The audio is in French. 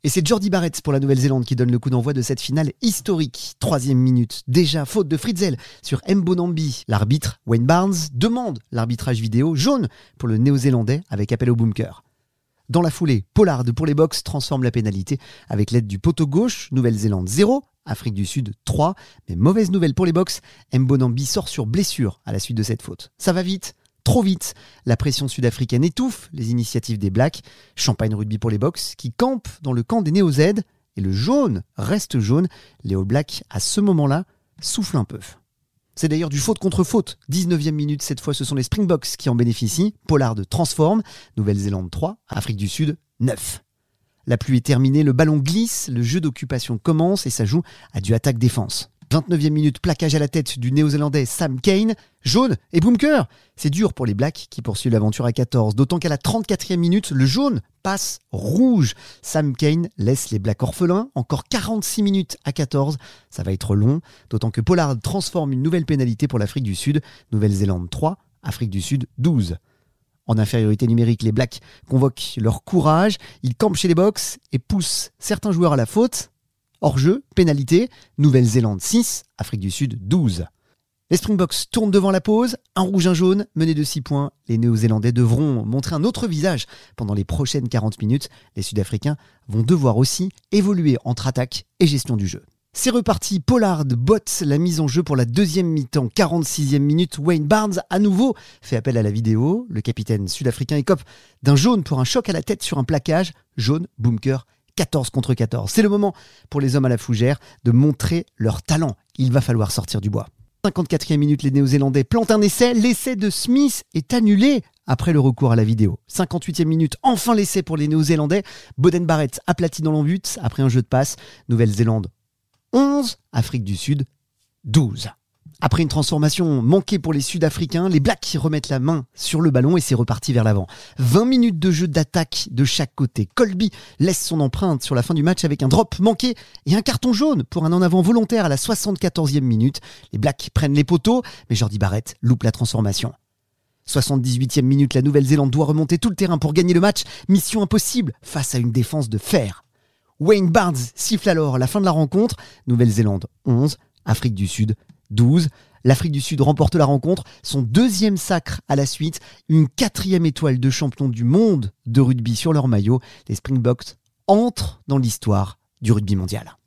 Et c'est Jordi Barrett pour la Nouvelle-Zélande qui donne le coup d'envoi de cette finale historique. 3e minute, déjà faute de Fritzel sur Mbonambi. L'arbitre, Wayne Barnes, demande l'arbitrage vidéo jaune pour le Néo-Zélandais avec appel au bunker. Dans la foulée, Pollard pour les Box transforme la pénalité avec l'aide du poteau gauche. Nouvelle-Zélande 0, Afrique du Sud 3. Mais mauvaise nouvelle pour les Box, Mbonambi sort sur blessure à la suite de cette faute. Ça va vite. Trop vite, la pression sud-africaine étouffe les initiatives des Blacks. Champagne rugby pour les Box qui campent dans le camp des Néo-Z et le jaune reste jaune. Les All Blacks, à ce moment-là, soufflent un peu. C'est d'ailleurs du faute contre faute. 19e minute, cette fois, ce sont les Springboks qui en bénéficient. Pollard transforme. Nouvelle-Zélande 3, Afrique du Sud 9. La pluie est terminée, le ballon glisse, le jeu d'occupation commence et ça joue à du attaque-défense. 29e minute, plaquage à la tête du Néo-Zélandais Sam Cane, jaune et bunker. C'est dur pour les Blacks qui poursuivent l'aventure à 14, d'autant qu'à la 34e minute, le jaune passe rouge. Sam Cane laisse les Blacks orphelins, encore 46 minutes à 14, ça va être long, d'autant que Pollard transforme une nouvelle pénalité pour l'Afrique du Sud, Nouvelle-Zélande 3, Afrique du Sud 12. En infériorité numérique, les Blacks convoquent leur courage, ils campent chez les Box et poussent certains joueurs à la faute. Hors-jeu, pénalité, Nouvelle-Zélande 6, Afrique du Sud 12. Les Springboks tournent devant la pause, un rouge, un jaune, menés de 6 points. Les Néo-Zélandais devront montrer un autre visage pendant les prochaines 40 minutes. Les Sud-Africains vont devoir aussi évoluer entre attaque et gestion du jeu. C'est reparti, Pollard botte la mise en jeu pour la deuxième mi-temps, 46e minute. Wayne Barnes, à nouveau, fait appel à la vidéo. Le capitaine sud-africain écope d'un jaune pour un choc à la tête sur un plaquage. Jaune, bunker, 14 contre 14. C'est le moment pour les hommes à la fougère de montrer leur talent. Il va falloir sortir du bois. 54e minute, les Néo-Zélandais plantent un essai. L'essai de Smith est annulé après le recours à la vidéo. 58e minute, enfin l'essai pour les Néo-Zélandais. Beauden Barrett aplati dans l'en-but après un jeu de passe. Nouvelle-Zélande 11, Afrique du Sud 12. Après une transformation manquée pour les Sud-Africains, les Blacks remettent la main sur le ballon et c'est reparti vers l'avant. 20 minutes de jeu d'attaque de chaque côté. Colby laisse son empreinte sur la fin du match avec un drop manqué et un carton jaune pour un en-avant volontaire à la 74e minute. Les Blacks prennent les poteaux, mais Jordi Barrett loupe la transformation. 78e minute, la Nouvelle-Zélande doit remonter tout le terrain pour gagner le match. Mission impossible face à une défense de fer. Wayne Barnes siffle alors la fin de la rencontre. Nouvelle-Zélande 11, Afrique du Sud 12. L'Afrique du Sud remporte la rencontre, son deuxième sacre à la suite, une 4e étoile de champion du monde de rugby sur leur maillot. Les Springboks entrent dans l'histoire du rugby mondial.